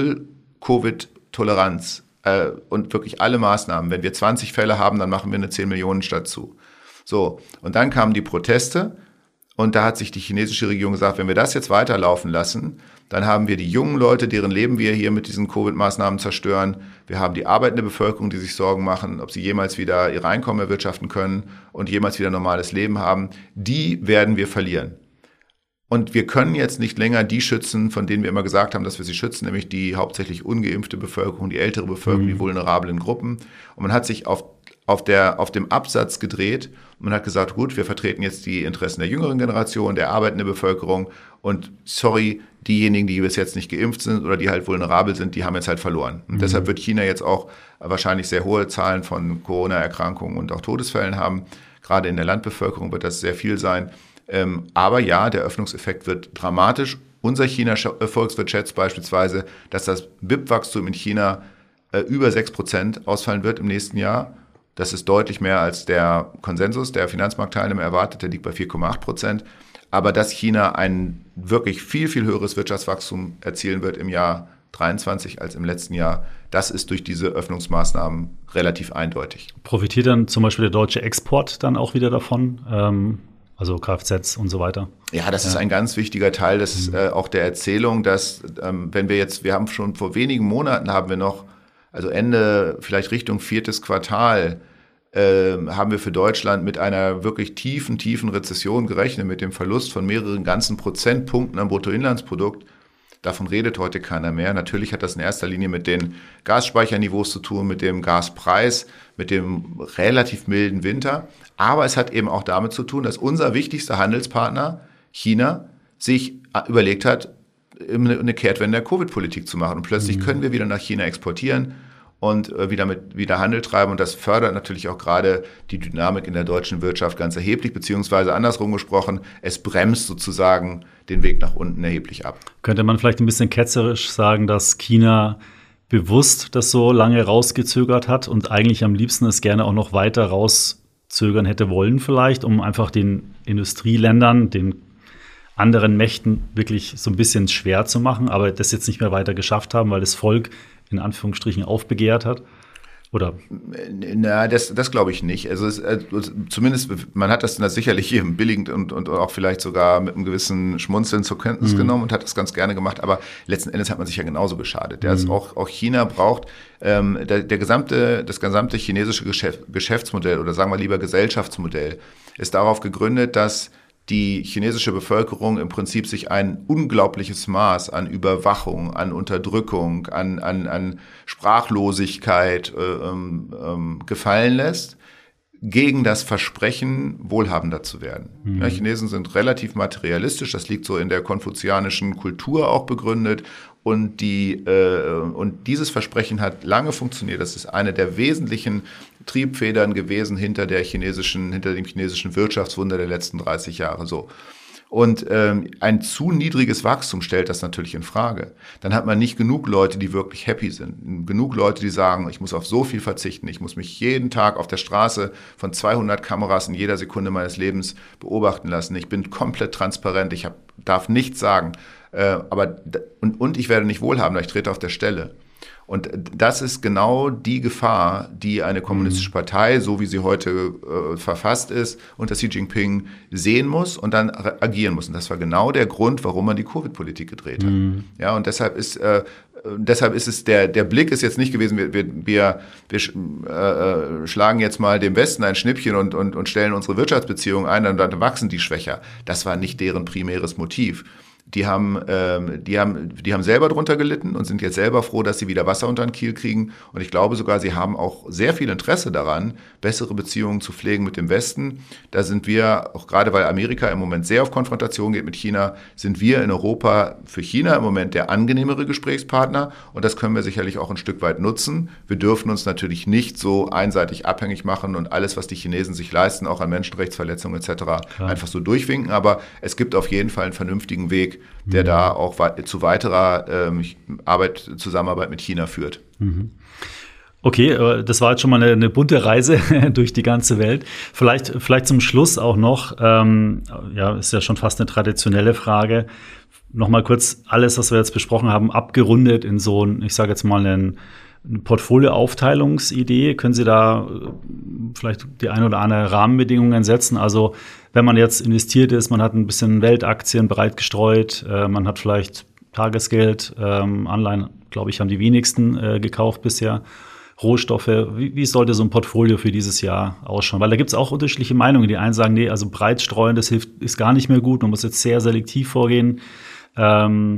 Null-Covid-Toleranz. Und wirklich alle Maßnahmen. Wenn wir zwanzig Fälle haben, dann machen wir eine zehn Millionen Stadt zu. So, und dann kamen die Proteste und da hat sich die chinesische Regierung gesagt, wenn wir das jetzt weiterlaufen lassen, dann haben wir die jungen Leute, deren Leben wir hier mit diesen Covid-Maßnahmen zerstören. Wir haben die arbeitende Bevölkerung, die sich Sorgen machen, ob sie jemals wieder ihre Einkommen erwirtschaften können und jemals wieder ein normales Leben haben. Die werden wir verlieren. Und wir können jetzt nicht länger die schützen, von denen wir immer gesagt haben, dass wir sie schützen, nämlich die hauptsächlich ungeimpfte Bevölkerung, die ältere Bevölkerung, mhm. die vulnerablen Gruppen. Und man hat sich auf auf, der, auf dem Absatz gedreht. Man hat gesagt, gut, wir vertreten jetzt die Interessen der jüngeren Generation, der arbeitenden Bevölkerung und sorry, diejenigen, die bis jetzt nicht geimpft sind oder die halt vulnerabel sind, die haben jetzt halt verloren. Und mhm. deshalb wird China jetzt auch wahrscheinlich sehr hohe Zahlen von Corona-Erkrankungen und auch Todesfällen haben. Gerade in der Landbevölkerung wird das sehr viel sein. Ähm, aber ja, der Öffnungseffekt wird dramatisch. Unser China-Volkswirt schätzt beispielsweise, dass das B I P-Wachstum in China äh, über sechs Prozent ausfallen wird im nächsten Jahr. Das ist deutlich mehr als der Konsensus der Finanzmarktteilnehmer erwartet, der liegt bei vier Komma acht Prozent. Aber dass China ein wirklich viel, viel höheres Wirtschaftswachstum erzielen wird im Jahr dreiundzwanzig als im letzten Jahr, das ist durch diese Öffnungsmaßnahmen relativ eindeutig. Profitiert dann zum Beispiel der deutsche Export dann auch wieder davon? Ähm, also Kfz und so weiter? Ja, das ja. ist ein ganz wichtiger Teil des, mhm. äh, auch der Erzählung, dass ähm, wenn wir jetzt, wir haben schon vor wenigen Monaten haben wir noch, also Ende, vielleicht Richtung viertes Quartal, äh, haben wir für Deutschland mit einer wirklich tiefen, tiefen Rezession gerechnet, mit dem Verlust von mehreren ganzen Prozentpunkten am Bruttoinlandsprodukt. Davon redet heute keiner mehr. Natürlich hat das in erster Linie mit den Gasspeicherniveaus zu tun, mit dem Gaspreis, mit dem relativ milden Winter. Aber es hat eben auch damit zu tun, dass unser wichtigster Handelspartner, China, sich überlegt hat, eine Kehrtwende der Covid-Politik zu machen. Und plötzlich mhm. können wir wieder nach China exportieren und wieder mit wieder Handel treiben. Und das fördert natürlich auch gerade die Dynamik in der deutschen Wirtschaft ganz erheblich, beziehungsweise andersrum gesprochen, es bremst sozusagen den Weg nach unten erheblich ab. Könnte man vielleicht ein bisschen ketzerisch sagen, dass China bewusst das so lange rausgezögert hat und eigentlich am liebsten es gerne auch noch weiter rauszögern hätte wollen vielleicht, um einfach den Industrieländern, den anderen Mächten wirklich so ein bisschen schwer zu machen, aber das jetzt nicht mehr weiter geschafft haben, weil das Volk in Anführungsstrichen aufbegehrt hat? Oder? Na, das, das glaube ich nicht. Also es, äh, zumindest, man hat das dann sicherlich eben billigend und, und auch vielleicht sogar mit einem gewissen Schmunzeln zur Kenntnis mhm. genommen und hat das ganz gerne gemacht, aber letzten Endes hat man sich ja genauso geschadet. Mhm. Also auch, auch China braucht ähm, der, der gesamte, das gesamte chinesische Geschäft, Geschäftsmodell oder sagen wir lieber Gesellschaftsmodell ist darauf gegründet, dass die chinesische Bevölkerung im Prinzip sich ein unglaubliches Maß an Überwachung, an Unterdrückung, an, an, an Sprachlosigkeit äh, ähm, gefallen lässt, gegen das Versprechen, wohlhabender zu werden. Mhm. Ja, Chinesen sind relativ materialistisch, das liegt so in der konfuzianischen Kultur auch begründet. Und, die, äh, und dieses Versprechen hat lange funktioniert. Das ist eine der wesentlichen Triebfedern gewesen hinter, der chinesischen, hinter dem chinesischen Wirtschaftswunder der letzten dreißig Jahre. So. Und ähm, ein zu niedriges Wachstum stellt das natürlich in Frage. Dann hat man nicht genug Leute, die wirklich happy sind. Genug Leute, die sagen, ich muss auf so viel verzichten. Ich muss mich jeden Tag auf der Straße von zweihundert Kameras in jeder Sekunde meines Lebens beobachten lassen. Ich bin komplett transparent. Ich hab, darf nichts sagen. Äh, aber und, und ich werde nicht wohlhabender. Ich trete auf der Stelle. Und das ist genau die Gefahr, die eine kommunistische Partei, so wie sie heute äh, verfasst ist, unter Xi Jinping sehen muss und dann agieren muss. Und das war genau der Grund, warum man die Covid-Politik gedreht hat. Mhm. Ja, und deshalb ist, äh, deshalb ist es, der, der Blick ist jetzt nicht gewesen, wir, wir, wir, wir äh, schlagen jetzt mal dem Westen ein Schnippchen und, und, und stellen unsere Wirtschaftsbeziehungen ein, und dann wachsen die schwächer. Das war nicht deren primäres Motiv. Die haben, ähm, die haben, die haben selber drunter gelitten und sind jetzt selber froh, dass sie wieder Wasser unter den Kiel kriegen. Und ich glaube sogar, sie haben auch sehr viel Interesse daran, bessere Beziehungen zu pflegen mit dem Westen. Da sind wir, auch gerade weil Amerika im Moment sehr auf Konfrontation geht mit China, sind wir in Europa für China im Moment der angenehmere Gesprächspartner. Und das können wir sicherlich auch ein Stück weit nutzen. Wir dürfen uns natürlich nicht so einseitig abhängig machen und alles, was die Chinesen sich leisten, auch an Menschenrechtsverletzungen et cetera, Klar. einfach so durchwinken. Aber es gibt auf jeden Fall einen vernünftigen Weg, der mhm. da auch zu weiterer ähm, Arbeit, Zusammenarbeit mit China führt. Mhm. Okay, das war jetzt schon mal eine, eine bunte Reise durch die ganze Welt. Vielleicht, vielleicht zum Schluss auch noch, ähm, ja, ist ja schon fast eine traditionelle Frage, noch mal kurz alles, was wir jetzt besprochen haben, abgerundet in so ein, ich sage jetzt mal, einen eine Portfolioaufteilungsidee. Können Sie da vielleicht die ein oder andere Rahmenbedingungen setzen? Also wenn man jetzt investiert ist, man hat ein bisschen Weltaktien breit gestreut, äh, man hat vielleicht Tagesgeld, ähm, Anleihen, glaube ich, haben die wenigsten äh, gekauft bisher, Rohstoffe. Wie, wie sollte so ein Portfolio für dieses Jahr ausschauen? Weil da gibt es auch unterschiedliche Meinungen. Die einen sagen, nee, also breit streuen, das hilft, ist gar nicht mehr gut, man muss jetzt sehr selektiv vorgehen. Ähm,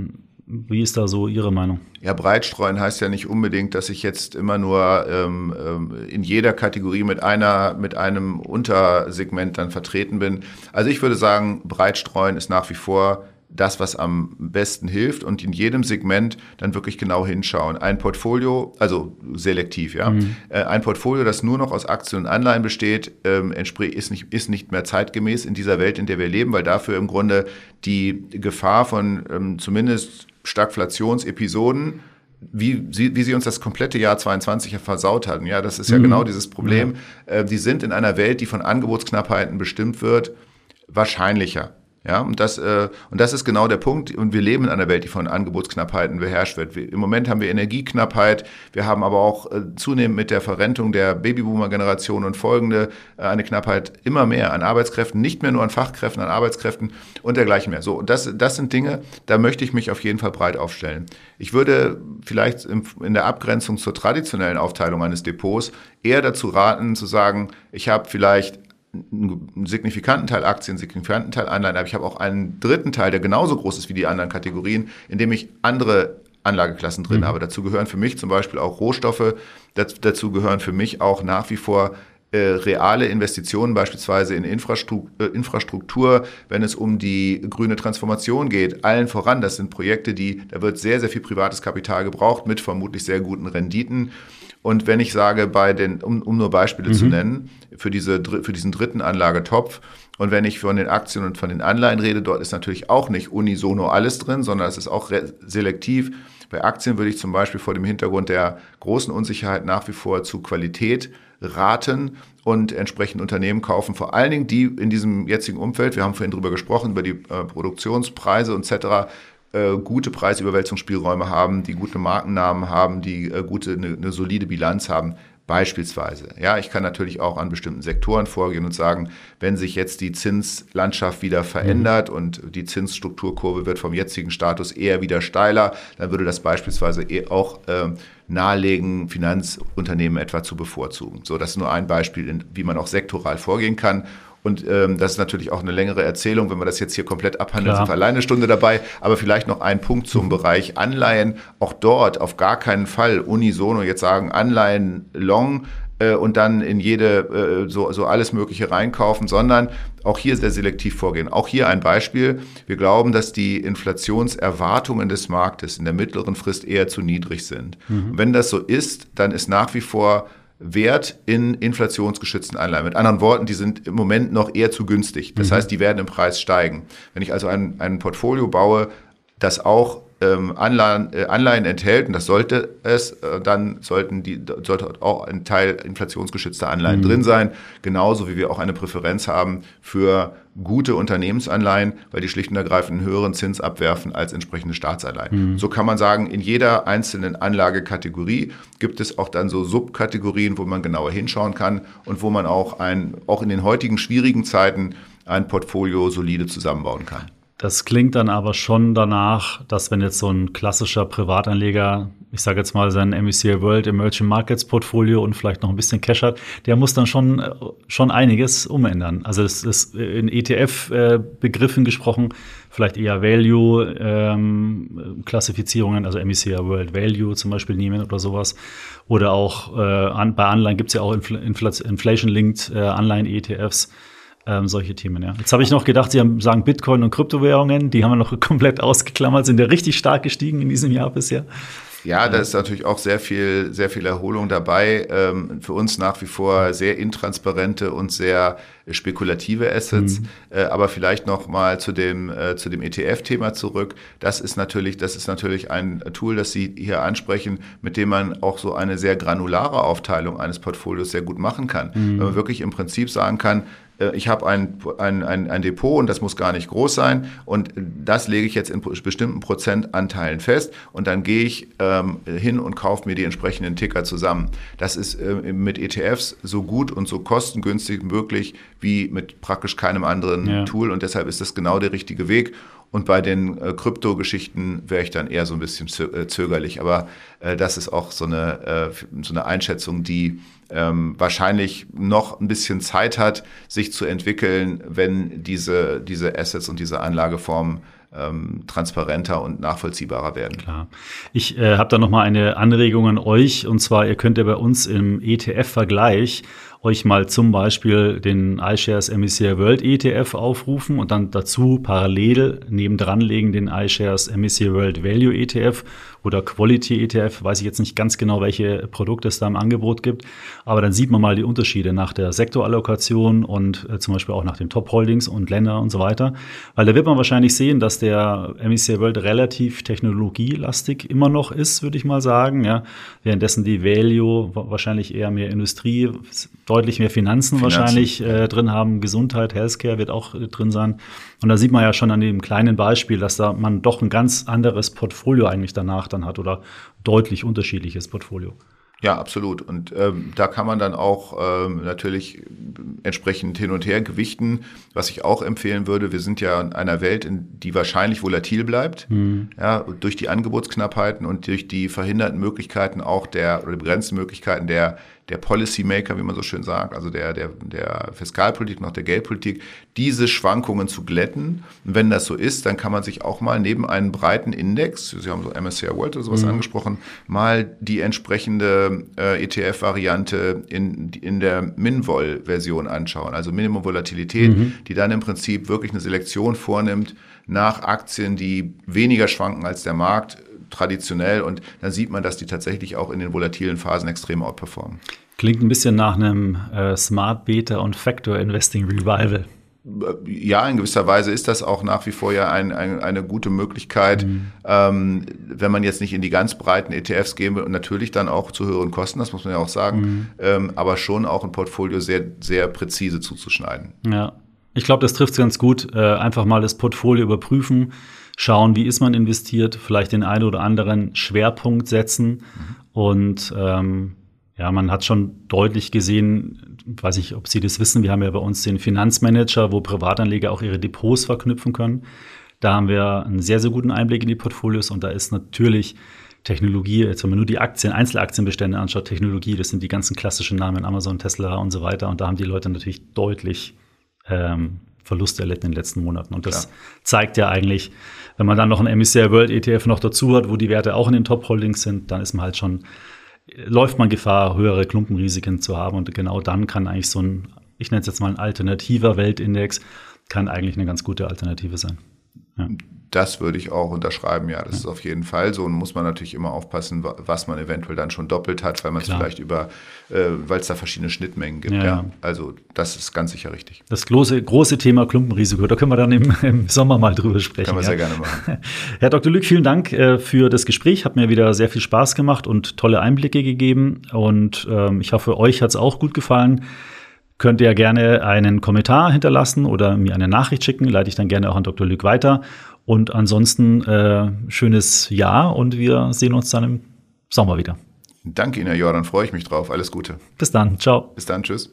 Wie ist da so Ihre Meinung? Ja, breit streuen heißt ja nicht unbedingt, dass ich jetzt immer nur ähm, in jeder Kategorie mit einer, mit einem Untersegment dann vertreten bin. Also ich würde sagen, breit streuen ist nach wie vor das, was am besten hilft und in jedem Segment dann wirklich genau hinschauen. Ein Portfolio, also selektiv, ja, mhm. ein Portfolio, das nur noch aus Aktien und Anleihen besteht, ähm, entspricht, ist nicht, ist nicht mehr zeitgemäß in dieser Welt, in der wir leben, weil dafür im Grunde die Gefahr von ähm, zumindest Stagflationsepisoden, wie sie, wie sie uns das komplette Jahr zweiundzwanzig ja versaut hatten. Ja, das ist ja mhm. genau dieses Problem. Ja. Äh, die sind in einer Welt, die von Angebotsknappheiten bestimmt wird, wahrscheinlicher. Ja, und das, äh, und das ist genau der Punkt. Und wir leben in einer Welt, die von Angebotsknappheiten beherrscht wird. Wir, im Moment haben wir Energieknappheit. Wir haben aber auch äh, zunehmend mit der Verrentung der Babyboomer-Generation und folgende äh, eine Knappheit immer mehr an Arbeitskräften, nicht mehr nur an Fachkräften, an Arbeitskräften und dergleichen mehr. So, und das, das sind Dinge, da möchte ich mich auf jeden Fall breit aufstellen. Ich würde vielleicht im, in der Abgrenzung zur traditionellen Aufteilung eines Depots eher dazu raten, zu sagen, ich habe vielleicht einen signifikanten Teil Aktien, einen signifikanten Teil Anleihen, aber ich habe auch einen dritten Teil, der genauso groß ist wie die anderen Kategorien, in dem ich andere Anlageklassen drin mhm. habe. Dazu gehören für mich zum Beispiel auch Rohstoffe, dazu gehören für mich auch nach wie vor äh, reale Investitionen, beispielsweise in Infrastruktur, äh, Infrastruktur, wenn es um die grüne Transformation geht. Allen voran, das sind Projekte, die, da wird sehr, sehr viel privates Kapital gebraucht, mit vermutlich sehr guten Renditen. Und wenn ich sage, bei den, um, um nur Beispiele mhm. zu nennen, für diese, für diesen dritten Anlagetopf, und wenn ich von den Aktien und von den Anleihen rede, dort ist natürlich auch nicht unisono alles drin, sondern es ist auch re- selektiv. Bei Aktien würde ich zum Beispiel vor dem Hintergrund der großen Unsicherheit nach wie vor zu Qualität raten und entsprechend Unternehmen kaufen, vor allen Dingen die in diesem jetzigen Umfeld, wir haben vorhin drüber gesprochen, über die äh, Produktionspreise et cetera, Äh, gute Preisüberwälzungsspielräume haben, die gute Markennamen haben, die äh, gute eine, eine solide Bilanz haben, beispielsweise. Ja, ich kann natürlich auch an bestimmten Sektoren vorgehen und sagen, wenn sich jetzt die Zinslandschaft wieder verändert mhm. und die Zinsstrukturkurve wird vom jetzigen Status eher wieder steiler, dann würde das beispielsweise auch äh, nahelegen, Finanzunternehmen etwa zu bevorzugen. So, das ist nur ein Beispiel, wie man auch sektoral vorgehen kann. Und ähm, das ist natürlich auch eine längere Erzählung, wenn wir das jetzt hier komplett abhandeln, sind wir alleine eine Stunde dabei. Aber vielleicht noch ein Punkt zum mhm. Bereich Anleihen. Auch dort auf gar keinen Fall unisono jetzt sagen, Anleihen long äh, und dann in jede, äh, so, so alles Mögliche reinkaufen, sondern auch hier sehr selektiv vorgehen. Auch hier ein Beispiel. Wir glauben, dass die Inflationserwartungen des Marktes in der mittleren Frist eher zu niedrig sind. Mhm. Und wenn das so ist, dann ist nach wie vor Wert in inflationsgeschützten Anleihen. Mit anderen Worten, die sind im Moment noch eher zu günstig. Das mhm. heißt, die werden im Preis steigen. Wenn ich also ein, ein Portfolio baue, das auch ähm, Anleihen, äh, Anleihen enthält, und das sollte es, äh, dann sollten die, sollte auch ein Teil inflationsgeschützter Anleihen mhm. drin sein. Genauso wie wir auch eine Präferenz haben für gute Unternehmensanleihen, weil die schlicht und ergreifend einen höheren Zins abwerfen als entsprechende Staatsanleihen. Mhm. So kann man sagen, in jeder einzelnen Anlagekategorie gibt es auch dann so Subkategorien, wo man genauer hinschauen kann und wo man auch ein, auch in den heutigen schwierigen Zeiten ein Portfolio solide zusammenbauen kann. Das klingt dann aber schon danach, dass wenn jetzt so ein klassischer Privatanleger, ich sage jetzt mal sein M S C I World Emerging Markets Portfolio und vielleicht noch ein bisschen Cash hat, der muss dann schon, schon einiges umändern. Also es ist in E T F-Begriffen gesprochen, vielleicht eher Value-Klassifizierungen, ähm, also M S C I World Value zum Beispiel nehmen oder sowas. Oder auch äh, an, bei Anleihen gibt es ja auch Infl- Inflation-Linked äh, Anleihen-E T Fs. Ähm, solche Themen, ja. Jetzt habe ich noch gedacht, Sie haben, sagen Bitcoin und Kryptowährungen, die haben wir noch komplett ausgeklammert, sind ja richtig stark gestiegen in diesem Jahr bisher. Ja, da ist natürlich auch sehr viel, sehr viel Erholung dabei. Ähm, für uns nach wie vor sehr intransparente und sehr spekulative Assets. Mhm. Äh, aber vielleicht noch mal zu dem, äh, zu dem E T F-Thema zurück. Das ist natürlich, das ist natürlich ein Tool, das Sie hier ansprechen, mit dem man auch so eine sehr granulare Aufteilung eines Portfolios sehr gut machen kann. Mhm. Wenn man wirklich im Prinzip sagen kann, ich habe ein, ein, ein, ein Depot und das muss gar nicht groß sein und das lege ich jetzt in bestimmten Prozentanteilen fest und dann gehe ich ähm, hin und kaufe mir die entsprechenden Ticker zusammen. Das ist äh, mit E T Fs so gut und so kostengünstig möglich wie mit praktisch keinem anderen ja. Tool und deshalb ist das genau der richtige Weg. Und bei den äh, Krypto-Geschichten wäre ich dann eher so ein bisschen zö- äh, zögerlich. Aber äh, das ist auch so eine, äh, so eine Einschätzung, die ähm, wahrscheinlich noch ein bisschen Zeit hat, sich zu entwickeln, wenn diese, diese Assets und diese Anlageformen ähm, transparenter und nachvollziehbarer werden. Klar. Ich äh, habe da noch mal eine Anregung an euch, und zwar, ihr könnt ja bei uns im E T F-Vergleich euch mal zum Beispiel den iShares M S C I World E T F aufrufen und dann dazu parallel nebendran legen den iShares M S C I World Value E T F oder Quality E T F. Weiß ich jetzt nicht ganz genau, welche Produkte es da im Angebot gibt, aber dann sieht man mal die Unterschiede nach der Sektorallokation und äh, zum Beispiel auch nach den Top-Holdings und Länder und so weiter. Weil da wird man wahrscheinlich sehen, dass der M S C I World relativ technologielastig immer noch ist, würde ich mal sagen. Ja. Währenddessen die Value wahrscheinlich eher mehr Industrie, deutlich mehr Finanzen, Finanzen. wahrscheinlich äh, drin haben. Gesundheit, Healthcare wird auch äh, drin sein. Und da sieht man ja schon an dem kleinen Beispiel, dass da man doch ein ganz anderes Portfolio eigentlich danach dann hat oder deutlich unterschiedliches Portfolio. Ja, absolut. Und ähm, da kann man dann auch ähm, natürlich entsprechend hin und her gewichten, was ich auch empfehlen würde. Wir sind ja in einer Welt, in die wahrscheinlich volatil bleibt, mhm. ja, durch die Angebotsknappheiten und durch die verhinderten Möglichkeiten auch der oder begrenzten Möglichkeiten der der Policymaker, wie man so schön sagt, also der der der Fiskalpolitik und auch der Geldpolitik, diese Schwankungen zu glätten. Und wenn das so ist, dann kann man sich auch mal neben einen breiten Index, Sie haben so M S C I World oder sowas mhm. angesprochen, mal die entsprechende äh, E T F-Variante in in der Min-Vol-Version anschauen, also Minimum Volatilität, mhm. die dann im Prinzip wirklich eine Selektion vornimmt nach Aktien, die weniger schwanken als der Markt, traditionell, und dann sieht man, dass die tatsächlich auch in den volatilen Phasen extrem outperformen. Klingt ein bisschen nach einem äh, Smart Beta und Factor Investing Revival. Ja, in gewisser Weise ist das auch nach wie vor ja ein, ein, eine gute Möglichkeit, mhm. ähm, wenn man jetzt nicht in die ganz breiten E T Fs gehen will und natürlich dann auch zu höheren Kosten, das muss man ja auch sagen, mhm. ähm, aber schon auch ein Portfolio sehr, sehr präzise zuzuschneiden. Ja, ich glaube, das trifft es ganz gut. Äh, einfach mal das Portfolio überprüfen, schauen, wie ist man investiert, vielleicht den einen oder anderen Schwerpunkt setzen. Mhm. Und ähm, ja, man hat schon deutlich gesehen, weiß ich, ob Sie das wissen, wir haben ja bei uns den Finanzmanager, wo Privatanleger auch ihre Depots verknüpfen können. Da haben wir einen sehr, sehr guten Einblick in die Portfolios und da ist natürlich Technologie, jetzt wenn man nur die Aktien, Einzelaktienbestände anschaut, Technologie, das sind die ganzen klassischen Namen, Amazon, Tesla und so weiter. Und da haben die Leute natürlich deutlich ähm, Verluste erlitten in den letzten Monaten. Und das Klar. zeigt ja eigentlich, wenn man dann noch einen M S C I World E T F noch dazu hat, wo die Werte auch in den Top-Holdings sind, dann ist man halt schon, läuft man Gefahr, höhere Klumpenrisiken zu haben. Und genau dann kann eigentlich so ein, ich nenne es jetzt mal ein alternativer Weltindex, kann eigentlich eine ganz gute Alternative sein. Ja. Das würde ich auch unterschreiben, ja, das ja. ist auf jeden Fall so. Und muss man natürlich immer aufpassen, was man eventuell dann schon doppelt hat, weil man es vielleicht über, äh, weil es da verschiedene Schnittmengen gibt. Ja. Ja. Also das ist ganz sicher richtig. Das große, große Thema Klumpenrisiko, da können wir dann im, im Sommer mal drüber sprechen. Können wir ja. sehr gerne machen. Herr Doktor Lück, vielen Dank äh, für das Gespräch. Hat mir wieder sehr viel Spaß gemacht und tolle Einblicke gegeben. Und ähm, ich hoffe, euch hat es auch gut gefallen. Könnt ihr gerne einen Kommentar hinterlassen oder mir eine Nachricht schicken, leite ich dann gerne auch an Doktor Lück weiter. Und ansonsten äh, schönes Jahr und wir sehen uns dann im Sommer wieder. Danke Ihnen, Herr Jordan, freue ich mich drauf. Alles Gute. Bis dann, ciao. Bis dann, tschüss.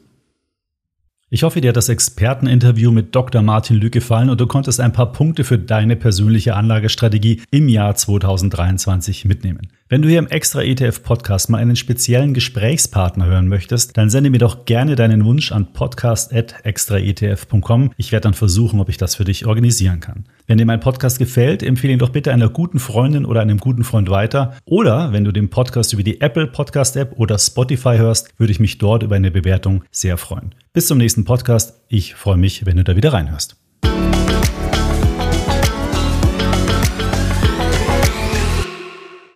Ich hoffe, dir hat das Experteninterview mit Doktor Martin Lück gefallen und du konntest ein paar Punkte für deine persönliche Anlagestrategie im Jahr zweitausenddreiundzwanzig mitnehmen. Wenn du hier im Extra-E T F-Podcast mal einen speziellen Gesprächspartner hören möchtest, dann sende mir doch gerne deinen Wunsch an podcast at extra e t f punkt com. Ich werde dann versuchen, ob ich das für dich organisieren kann. Wenn dir mein Podcast gefällt, empfehle ihn doch bitte einer guten Freundin oder einem guten Freund weiter. Oder wenn du den Podcast über die Apple Podcast App oder Spotify hörst, würde ich mich dort über eine Bewertung sehr freuen. Bis zum nächsten Podcast. Ich freue mich, wenn du da wieder reinhörst.